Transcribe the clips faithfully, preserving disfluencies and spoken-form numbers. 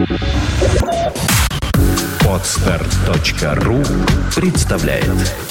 Подстер точка ру представляет.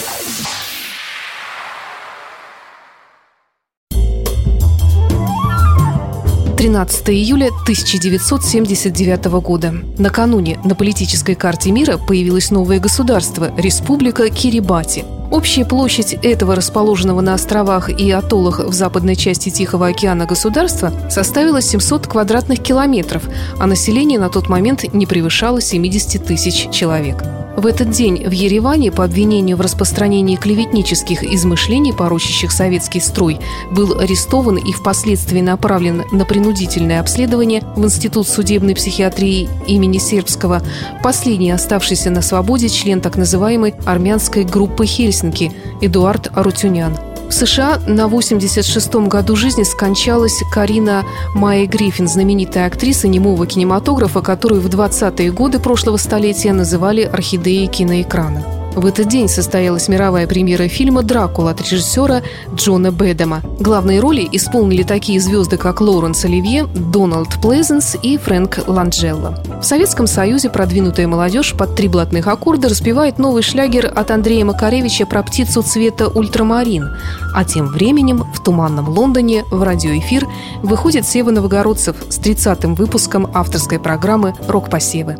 тринадцатого июля тысяча девятьсот семьдесят девятого года. Накануне на политической карте мира появилось новое государство – Республика Кирибати. Общая площадь этого расположенного на островах и атоллах в западной части Тихого океана государства составила семьсот квадратных километров, а население на тот момент не превышало семьдесят тысяч человек. В этот день в Ереване по обвинению в распространении клеветнических измышлений, порочащих советский строй, был арестован и впоследствии направлен на принудительное обследование в Институт судебной психиатрии имени Сербского последний оставшийся на свободе член так называемой армянской группы Хельсинки Эдуард Арутюнян. В США на восемьдесят шестом году жизни скончалась Карина Майя Гриффин, знаменитая актриса немого кинематографа, которую в двадцатые годы прошлого столетия называли орхидеей киноэкрана. В этот день состоялась мировая премьера фильма «Дракула» от режиссера Джона Бэдэма. Главные роли исполнили такие звезды, как Лоуренс Оливье, Дональд Плезенс и Фрэнк Ланджелло. В Советском Союзе продвинутая молодежь под три блатных аккорда распевает новый шлягер от Андрея Макаревича про птицу цвета ультрамарин. А тем временем в туманном Лондоне в радиоэфир выходит Сева Новогородцев с тридцатым выпуском авторской программы «Рок-посевы».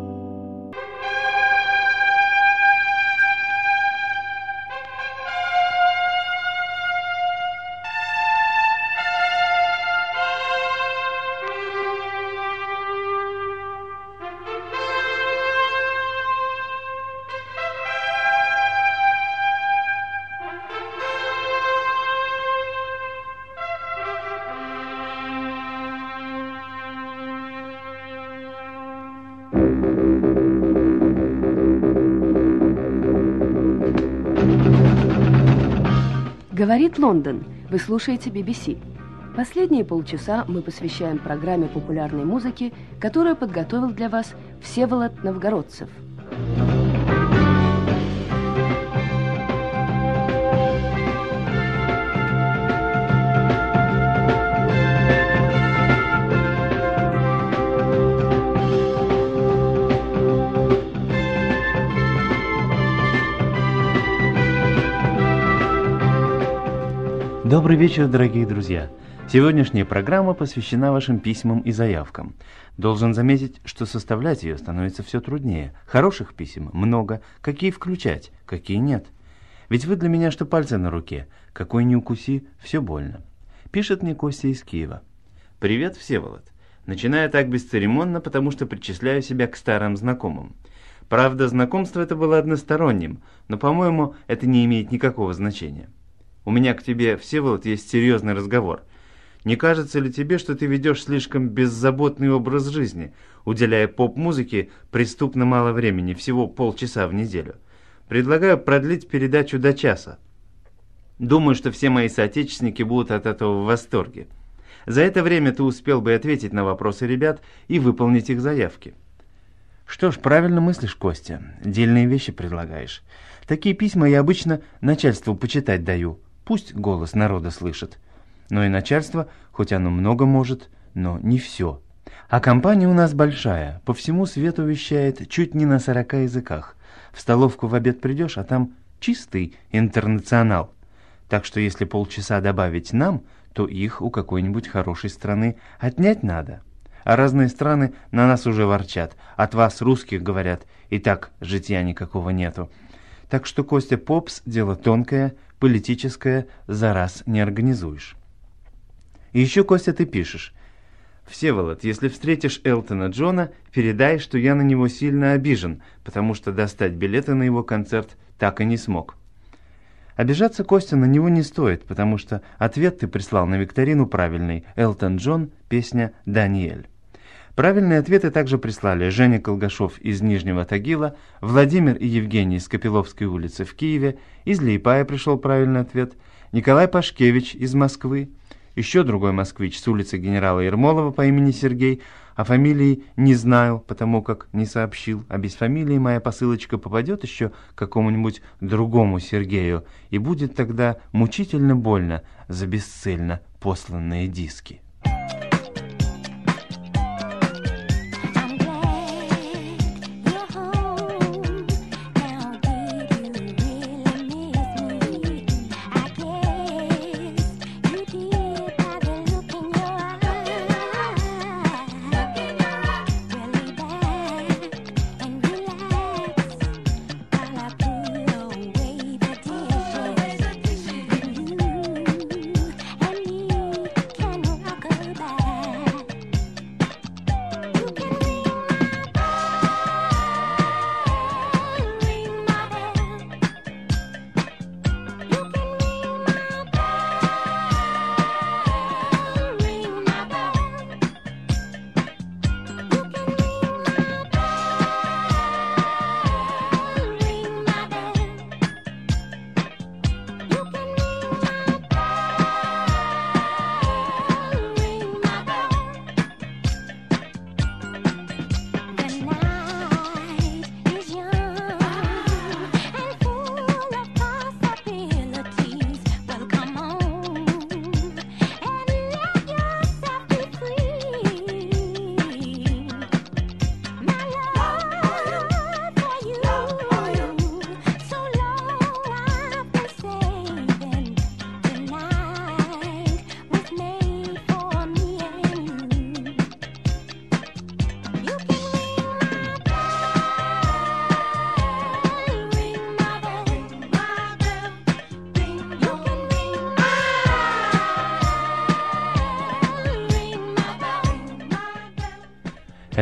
Говорит Лондон. Вы слушаете би би си. Последние полчаса мы посвящаем программе популярной музыки, которую подготовил для вас Всеволод Новгородцев. Добрый вечер, дорогие друзья! Сегодняшняя программа посвящена вашим письмам и заявкам. Должен заметить, что составлять ее становится все труднее. Хороших писем много, какие включать, какие нет. Ведь вы для меня что пальцы на руке, какой ни укуси, все больно. Пишет мне Костя из Киева. «Привет, Всеволод. Начинаю так бесцеремонно, потому что причисляю себя к старым знакомым. Правда, знакомство это было односторонним, но, по-моему, это не имеет никакого значения. У меня к тебе, Всеволод, есть серьезный разговор. Не кажется ли тебе, что ты ведешь слишком беззаботный образ жизни, уделяя поп-музыке преступно мало времени, всего полчаса в неделю? Предлагаю продлить передачу до часа. Думаю, что все мои соотечественники будут от этого в восторге. За это время ты успел бы ответить на вопросы ребят и выполнить их заявки». «Что ж, правильно мыслишь, Костя. Дельные вещи предлагаешь. Такие письма я обычно начальству почитать даю. Пусть голос народа слышит. Но и начальство, хоть оно много может, но не все. А компания у нас большая, по всему свету вещает чуть не на сорока языках. В столовку в обед придешь, а там чистый интернационал. Так что если полчаса добавить нам, то их у какой-нибудь хорошей страны отнять надо. А разные страны на нас уже ворчат. От вас, русских, говорят, и так житья никакого нету. Так что, Костя, попс – дело тонкое, политическое, за раз не организуешь». И еще, Костя, ты пишешь. «Всеволод, если встретишь Элтона Джона, передай, что я на него сильно обижен, потому что достать билеты на его концерт так и не смог». Обижаться, Костя, на него не стоит, потому что ответ ты прислал на викторину правильный. Элтон Джон, песня «Даниэль». Правильные ответы также прислали Женя Колгашов из Нижнего Тагила, Владимир и Евгений из Копиловской улицы в Киеве, из Лиепая пришел правильный ответ, Николай Пашкевич из Москвы, еще другой москвич с улицы генерала Ермолова по имени Сергей, а фамилии не знаю, потому как не сообщил, а без фамилии моя посылочка попадет еще к какому-нибудь другому Сергею, и будет тогда мучительно больно за бесцельно посланные диски.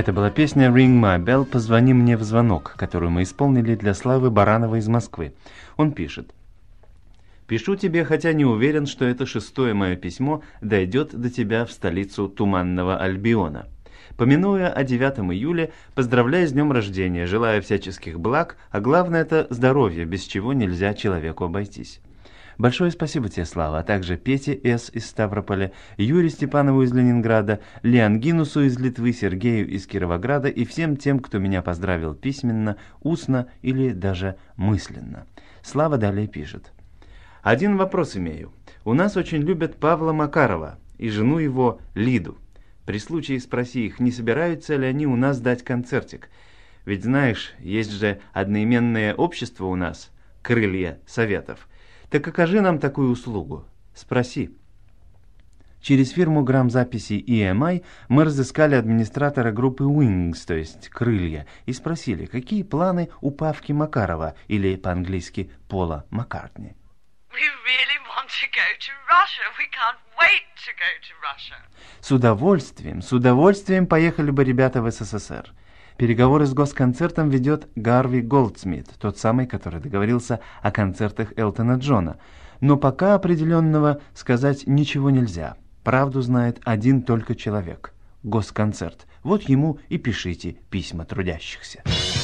Это была песня «Ring My Bell», «Позвони мне в звонок», которую мы исполнили для Славы Баранова из Москвы. Он пишет: «Пишу тебе, хотя не уверен, что это шестое мое письмо дойдет до тебя в столицу Туманного Альбиона. Помянуя о девятом июля, поздравляю с днем рождения, желаю всяческих благ, а главное это здоровье, без чего нельзя человеку обойтись». Большое спасибо тебе, Слава, а также Пете С. из Ставрополя, Юрию Степанову из Ленинграда, Леонгинусу из Литвы, Сергею из Кировограда и всем тем, кто меня поздравил письменно, устно или даже мысленно. Слава далее пишет: «Один вопрос имею. У нас очень любят Павла Макарова и жену его Лиду. При случае спроси их, не собираются ли они у нас дать концертик. Ведь знаешь, есть же одноименное общество у нас, «Крылья Советов». Так окажи нам такую услугу. Спроси». Через фирму грамзаписи и эм ай мы разыскали администратора группы Wings, то есть «Крылья», и спросили, какие планы у Павки Макарова, или по-английски Пола Маккартни. С удовольствием, с удовольствием поехали бы ребята в СССР. Переговоры с госконцертом ведет Гарви Голдсмит, тот самый, который договорился о концертах Элтона Джона. Но пока определенного сказать ничего нельзя. Правду знает один только человек – госконцерт. Вот ему и пишите письма трудящихся.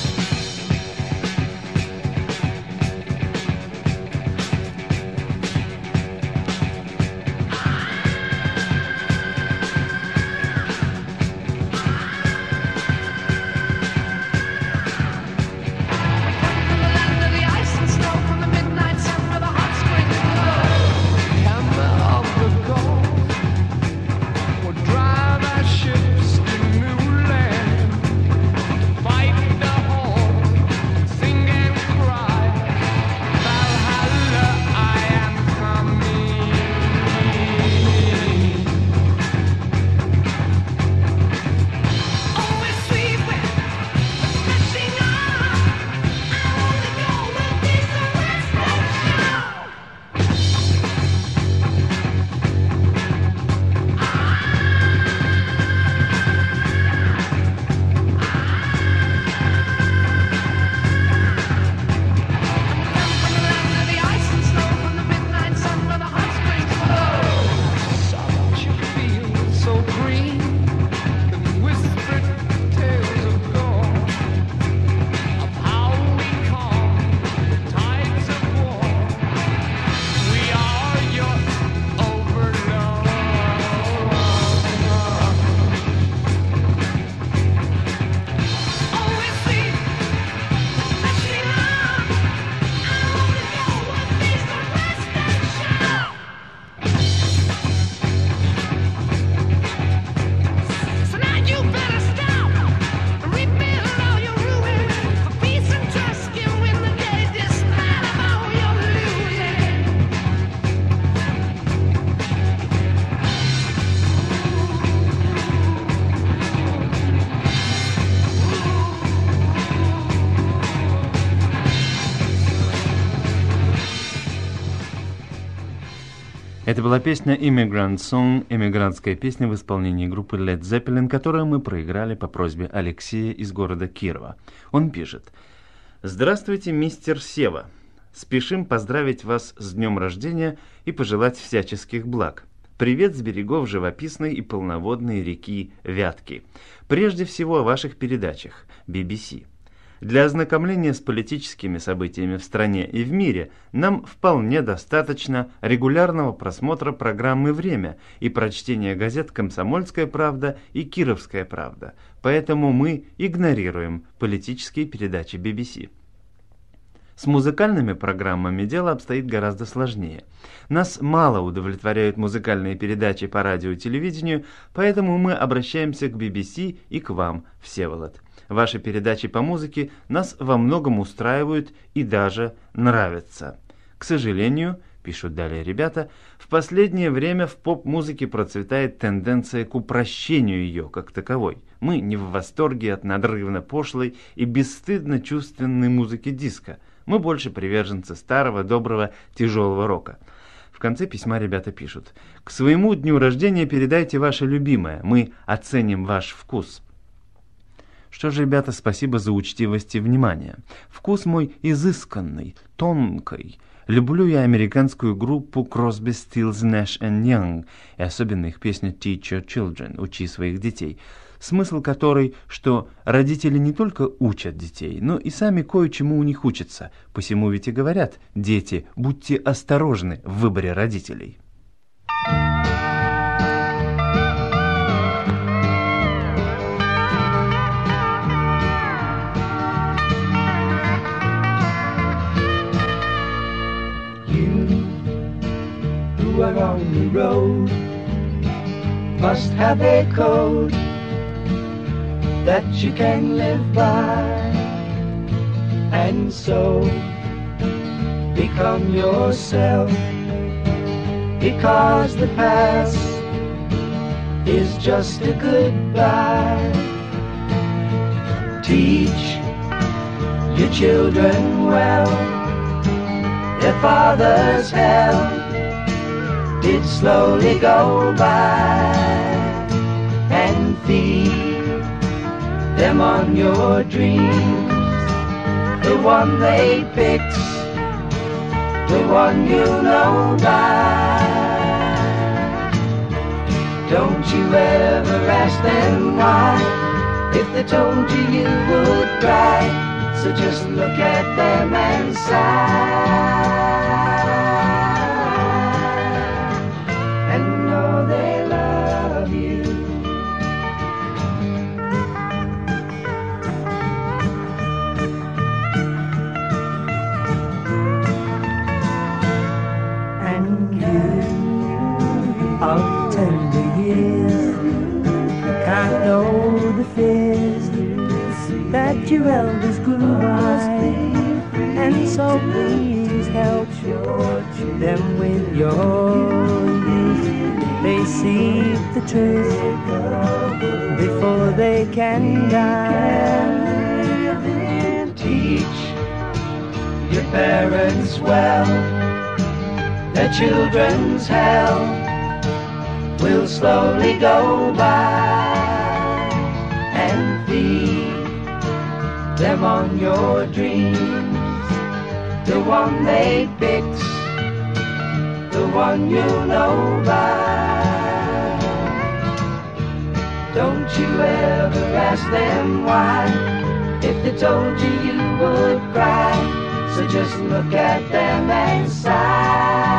Это была песня «Immigrant Song», эмигрантская песня в исполнении группы Led Zeppelin, которую мы проиграли по просьбе Алексея из города Кирова. Он пишет: «Здравствуйте, мистер Сева. Спешим поздравить вас с днем рождения и пожелать всяческих благ. Привет с берегов живописной и полноводной реки Вятки. Прежде всего о ваших передачах би би си. Для ознакомления с политическими событиями в стране и в мире нам вполне достаточно регулярного просмотра программы «Время» и прочтения газет «Комсомольская правда» и «Кировская правда», поэтому мы игнорируем политические передачи би би си. С музыкальными программами дело обстоит гораздо сложнее. Нас мало удовлетворяют музыкальные передачи по радио и телевидению, поэтому мы обращаемся к би би си и к вам, Всеволод. Ваши передачи по музыке нас во многом устраивают и даже нравятся. К сожалению, пишут далее ребята, в последнее время в поп-музыке процветает тенденция к упрощению ее как таковой. Мы не в восторге от надрывно пошлой и бесстыдно чувственной музыки диско. Мы больше приверженцы старого, доброго, тяжелого рока. В конце письма ребята пишут: «К своему дню рождения передайте ваше любимое. Мы оценим ваш вкус». Что же, ребята, спасибо за учтивость и внимание. Вкус мой изысканный, тонкий. Люблю я американскую группу Crosby, Stills, Nash and Young, и особенно их песню Teach Your Children, учи своих детей, смысл которой, что родители не только учат детей, но и сами кое-чему у них учатся. Посему ведь и говорят: дети, будьте осторожны в выборе родителей. Who are on the road must have a code that you can live by, and so become yourself, because the past is just a goodbye. Teach your children well, their father's hell did slowly go by, and feed them on your dreams, the one they picked, the one you know by. Don't you ever ask them why, if they told you you would cry, so just look at them and sigh. Of tender years, can't know the fears that your elders grew by, and so please help them with your youth. They see the truth before they can die. Teach your parents well, their children's hell will slowly go by, and feed them on your dreams, the one they picked, the one you know by. Don't you ever ask them why, if they told you you would cry, so just look at them and sigh.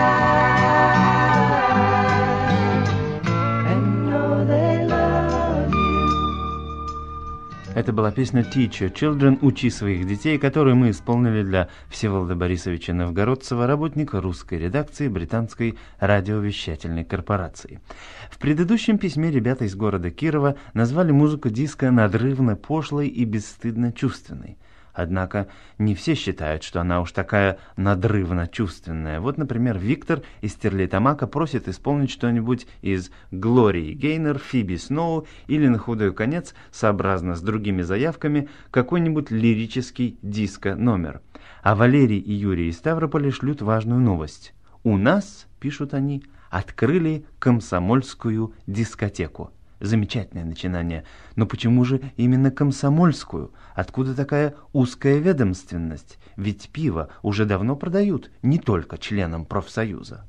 Это была песня Teach Your Children, учи своих детей, которую мы исполнили для Всеволода Борисовича Новгородцева, работника русской редакции британской радиовещательной корпорации. В предыдущем письме ребята из города Кирова назвали музыку диско надрывно пошлой и бесстыдно чувственной. Однако не все считают, что она уж такая надрывно чувственная. Вот, например, Виктор из Стерлитамака просит исполнить что-нибудь из Глории Гейнер, Фиби Сноу или, на худой конец, сообразно с другими заявками, какой-нибудь лирический диско-номер. А Валерий и Юрий из Ставрополя шлют важную новость. У нас, пишут они, открыли комсомольскую дискотеку. Замечательное начинание. Но почему же именно комсомольскую? Откуда такая узкая ведомственность? Ведь пиво уже давно продают не только членам профсоюза.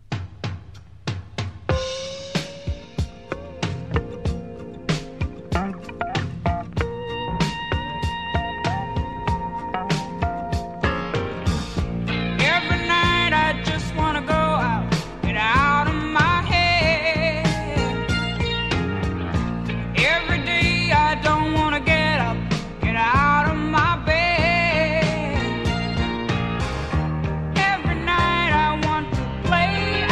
Every night I want to play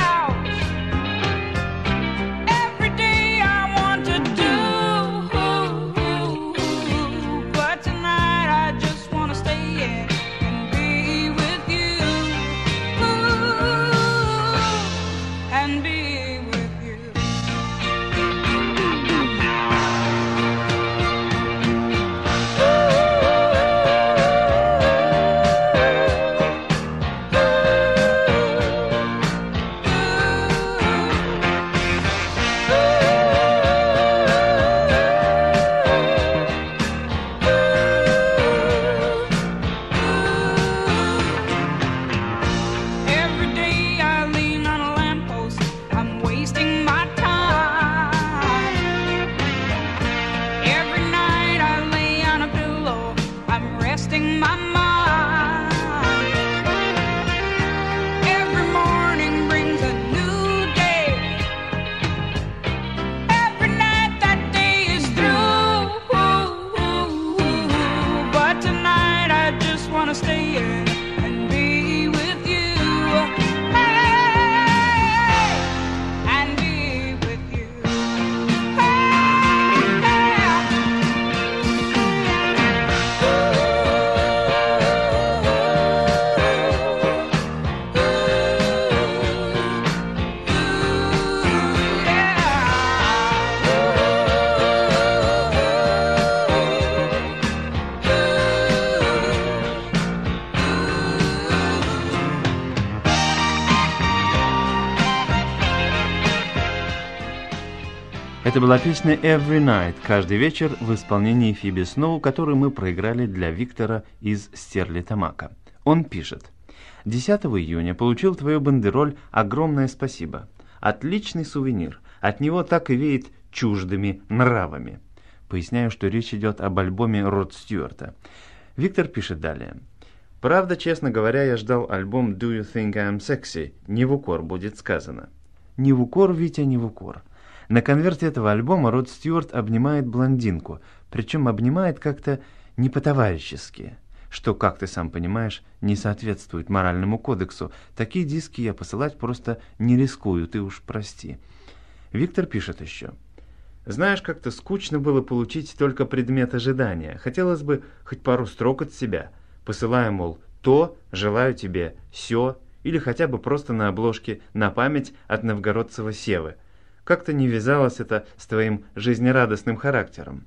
wasting my mind. Every morning brings a new day. Every night that day is through. But tonight I just want to stay in and be with you. Hey, and be with you. Это была песня «Every Night» каждый вечер в исполнении Фиби Сноу, которую мы проиграли для Виктора из Стерлитамака. Он пишет: десятого июня получил твою бандероль, огромное спасибо. Отличный сувенир, от него так и веет чуждыми нравами. Поясняю, что речь идет об альбоме Род Стюарта. Виктор пишет далее. Правда, честно говоря, я ждал альбом «Do You Think I'm Sexy?» Не в укор будет сказано. Не в укор, Витя, не в укор. На конверте этого альбома Род Стюарт обнимает блондинку, причем обнимает как-то не по-товарищески, что, как ты сам понимаешь, не соответствует моральному кодексу. Такие диски я посылать просто не рискую, ты уж прости. Виктор пишет еще. Знаешь, как-то скучно было получить только предмет ожидания. Хотелось бы хоть пару строк от себя. Посылаю, мол, то, желаю тебе, сё, или хотя бы просто на обложке на память от новгородцева Севы. Как-то не вязалось это с твоим жизнерадостным характером.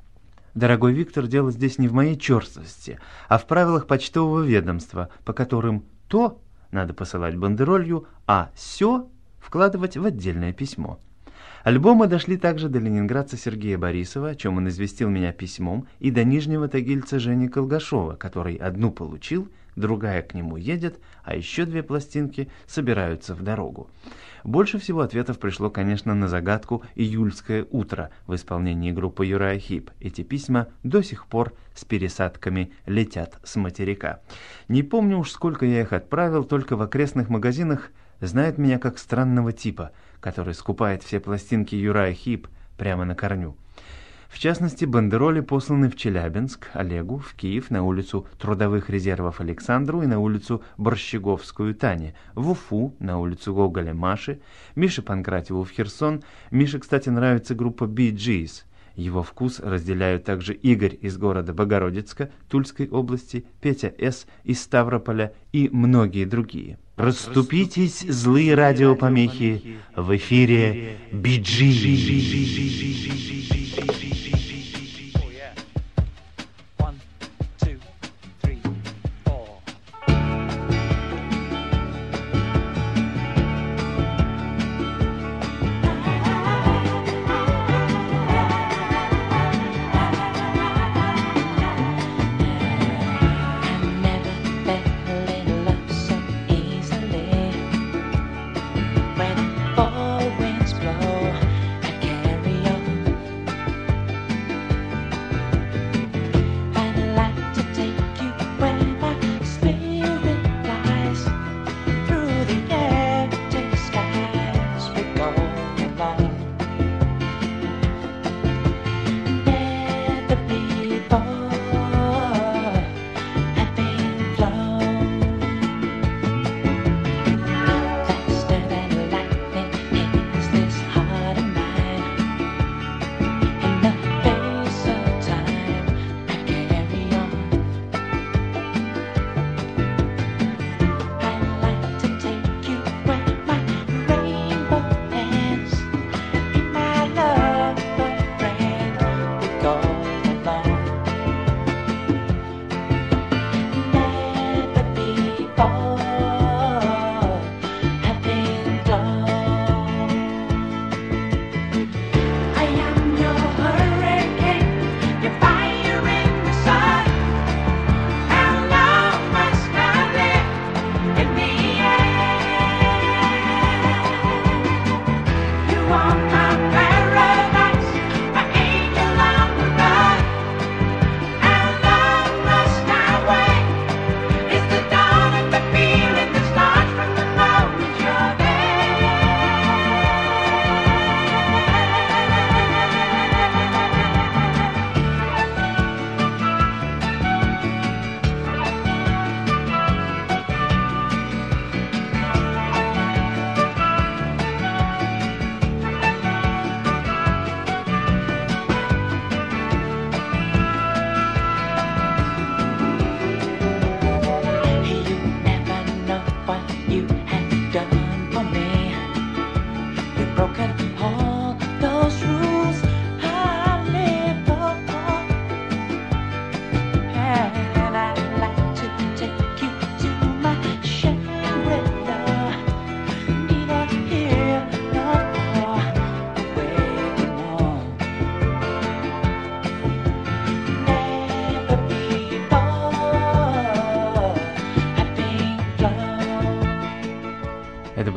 Дорогой Виктор, дело здесь не в моей черствости, а в правилах почтового ведомства, по которым то надо посылать бандеролью, а сё вкладывать в отдельное письмо. Альбомы дошли также до ленинградца Сергея Борисова, о чем он известил меня письмом, и до нижнего тагильца Жени Колгашова, который одну получил, другая к нему едет, а еще две пластинки собираются в дорогу. Больше всего ответов пришло, конечно, на загадку «Июльское утро» в исполнении группы Uriah Heep. Эти письма до сих пор с пересадками летят с материка. Не помню уж, сколько я их отправил, только в окрестных магазинах знают меня как странного типа, который скупает все пластинки Uriah Heep прямо на корню. В частности, бандероли посланы в Челябинск Олегу, в Киев на улицу Трудовых резервов Александру и на улицу Борщеговскую Тане, в Уфу на улицу Гоголя Маше, Мише Панкратьеву в Херсон. Мише, кстати, нравится группа Bee Gees. Его вкус разделяют также Игорь из города Богородицка, Тульской области, Петя С. из Ставрополя и многие другие. Расступитесь, злые радиопомехи, в эфире Bee Gees.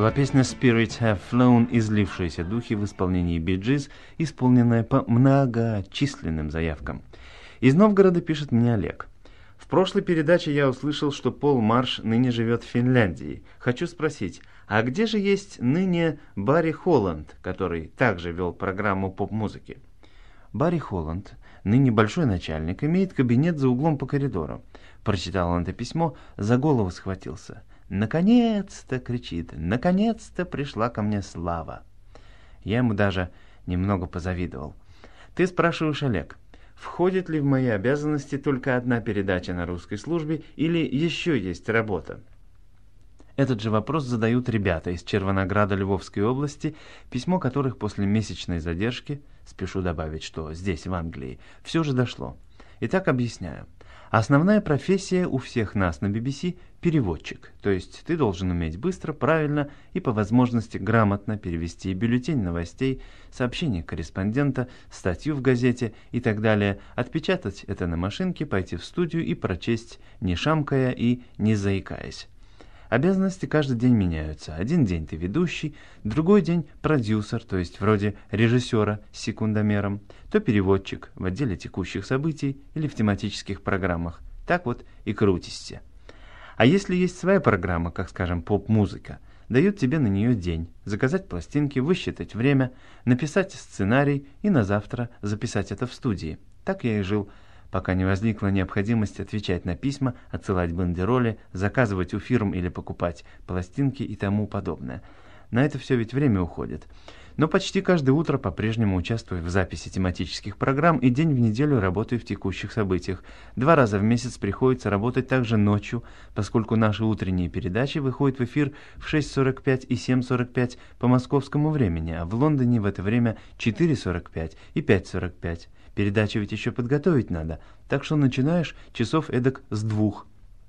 была песня «Spirits Have Flown», «Излившиеся духи» в исполнении Bee Gees, исполненная по многочисленным заявкам. Из Новгорода пишет мне Олег. В прошлой передаче я услышал, что Пол Марш ныне живет в Финляндии. Хочу спросить, а где же есть ныне Барри Холланд, который также вел программу поп-музыки? Барри Холланд, ныне большой начальник, имеет кабинет за углом по коридору. Прочитал он это письмо, за голову схватился. «Наконец-то!» — кричит. «Наконец-то пришла ко мне слава!» Я ему даже немного позавидовал. Ты спрашиваешь, Олег, входит ли в мои обязанности только одна передача на русской службе или еще есть работа? Этот же вопрос задают ребята из Червонограда Львовской области, письмо которых после месячной задержки, спешу добавить, что здесь, в Англии, все же дошло. Итак, объясняю. Основная профессия у всех нас на би би си – переводчик, то есть ты должен уметь быстро, правильно и по возможности грамотно перевести бюллетень новостей, сообщение корреспондента, статью в газете и так далее, отпечатать это на машинке, пойти в студию и прочесть, не шамкая и не заикаясь. Обязанности каждый день меняются. Один день ты ведущий, другой день продюсер, то есть вроде режиссера с секундомером, то переводчик в отделе текущих событий или в тематических программах. Так вот и крутишься. А если есть своя программа, как, скажем, поп-музыка, дают тебе на нее день, заказать пластинки, высчитать время, написать сценарий и на завтра записать это в студии. Так я и жил, пока не возникла необходимость отвечать на письма, отсылать бандероли, заказывать у фирм или покупать пластинки и тому подобное. На это все ведь время уходит. Но почти каждое утро по-прежнему участвую в записи тематических программ и день в неделю работаю в текущих событиях. Два раза в месяц приходится работать также ночью, поскольку наши утренние передачи выходят в эфир в шесть сорок пять и семь сорок пять по московскому времени, а в Лондоне в это время четыре сорок пять и пять сорок пять. Передачу ведь еще подготовить надо, так что начинаешь часов эдак с двух.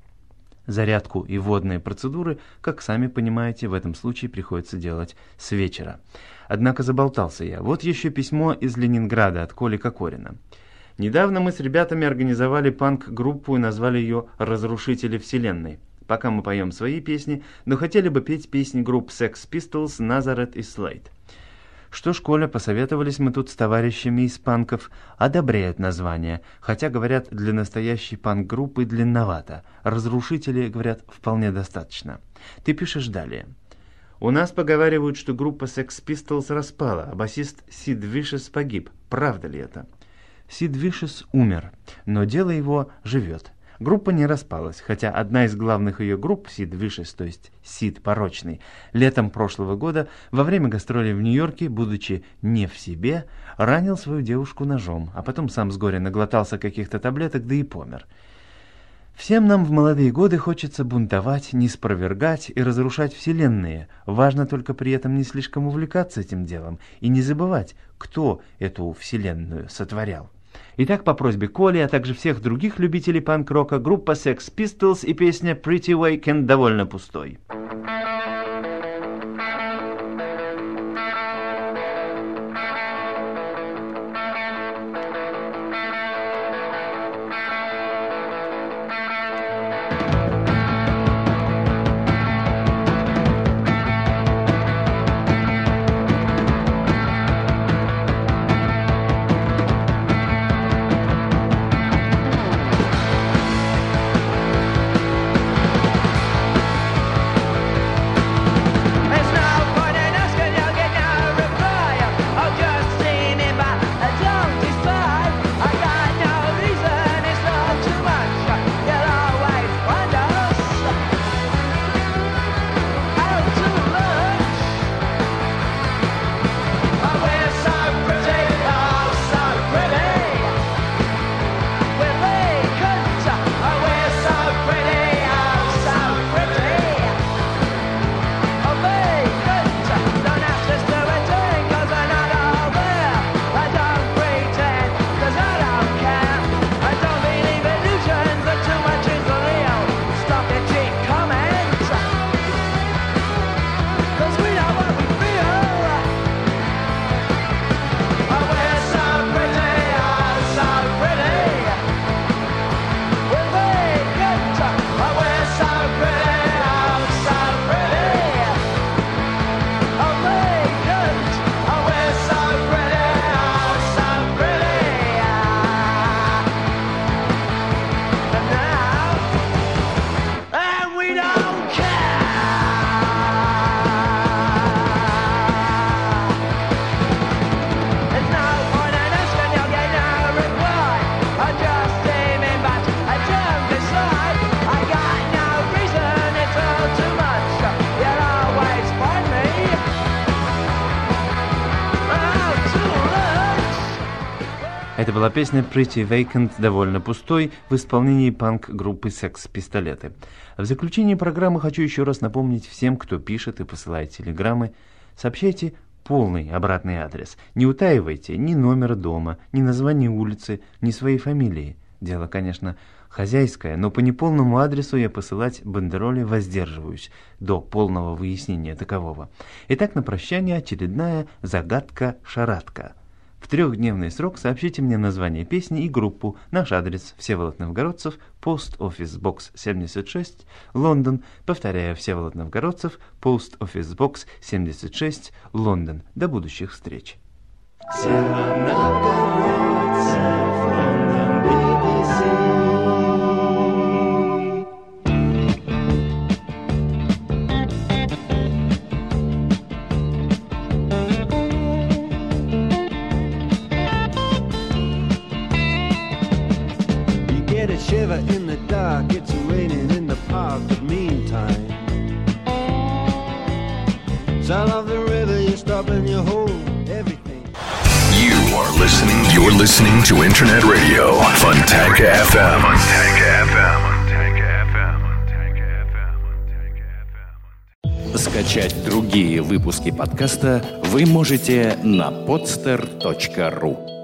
Зарядку и водные процедуры, как сами понимаете, в этом случае приходится делать с вечера. Однако заболтался я. Вот еще письмо из Ленинграда от Коли Кокорина. Недавно мы с ребятами организовали панк-группу и назвали ее «Разрушители Вселенной». Пока мы поем свои песни, но хотели бы петь песни групп Sex Pistols, Nazareth и Slade. Что ж, Коля, посоветовались мы тут с товарищами из панков, одобряют название, хотя, говорят, для настоящей панк-группы длинновато. Разрушители, говорят, вполне достаточно. Ты пишешь далее. У нас поговаривают, что группа Sex Pistols распала, а басист Сид Вишес погиб. Правда ли это? Сид Вишес умер, но дело его живет. Группа не распалась, хотя одна из главных ее групп, Сид Вишес, то есть Сид Порочный, летом прошлого года во время гастролей в Нью-Йорке, будучи не в себе, ранил свою девушку ножом, а потом сам с горя наглотался каких-то таблеток, да и помер. Всем нам в молодые годы хочется бунтовать, не спровергать и разрушать вселенные. Важно только при этом не слишком увлекаться этим делом и не забывать, кто эту вселенную сотворял. Итак, по просьбе Коли, а также всех других любителей панк-рока, группа Sex Pistols и песня Pretty Weekend довольно пустой. была песня Pretty Vacant, довольно пустой, в исполнении панк-группы Sex Pistoleты. В заключении программы хочу еще раз напомнить всем, кто пишет и посылает телеграммы, сообщайте полный обратный адрес. Не утаивайте ни номера дома, ни название улицы, ни своей фамилии. Дело, конечно, хозяйское, но по неполному адресу я посылать бандероли воздерживаюсь до полного выяснения такового. Итак, на прощание очередная загадка-шарадка. В трехдневный срок сообщите мне название песни и группу, наш адрес Всеволод Новгородцев, Post Office Box семьдесят шесть, Лондон. Повторяю, Всеволод Новгородцев, Post Office Box семьдесят шесть, Лондон. До будущих встреч. Shiver in the dark, it's raining in the park, but meantime, sound of the river, you stop and you hold everything. You are listening, you're listening to Internet Radio, Fontanka эф эм. Fontanka эф эм. Fontanka эф эм. Fontanka эф эм. Fontanka эф эм. Скачать другие выпуски подкаста вы можете на podster точка ру.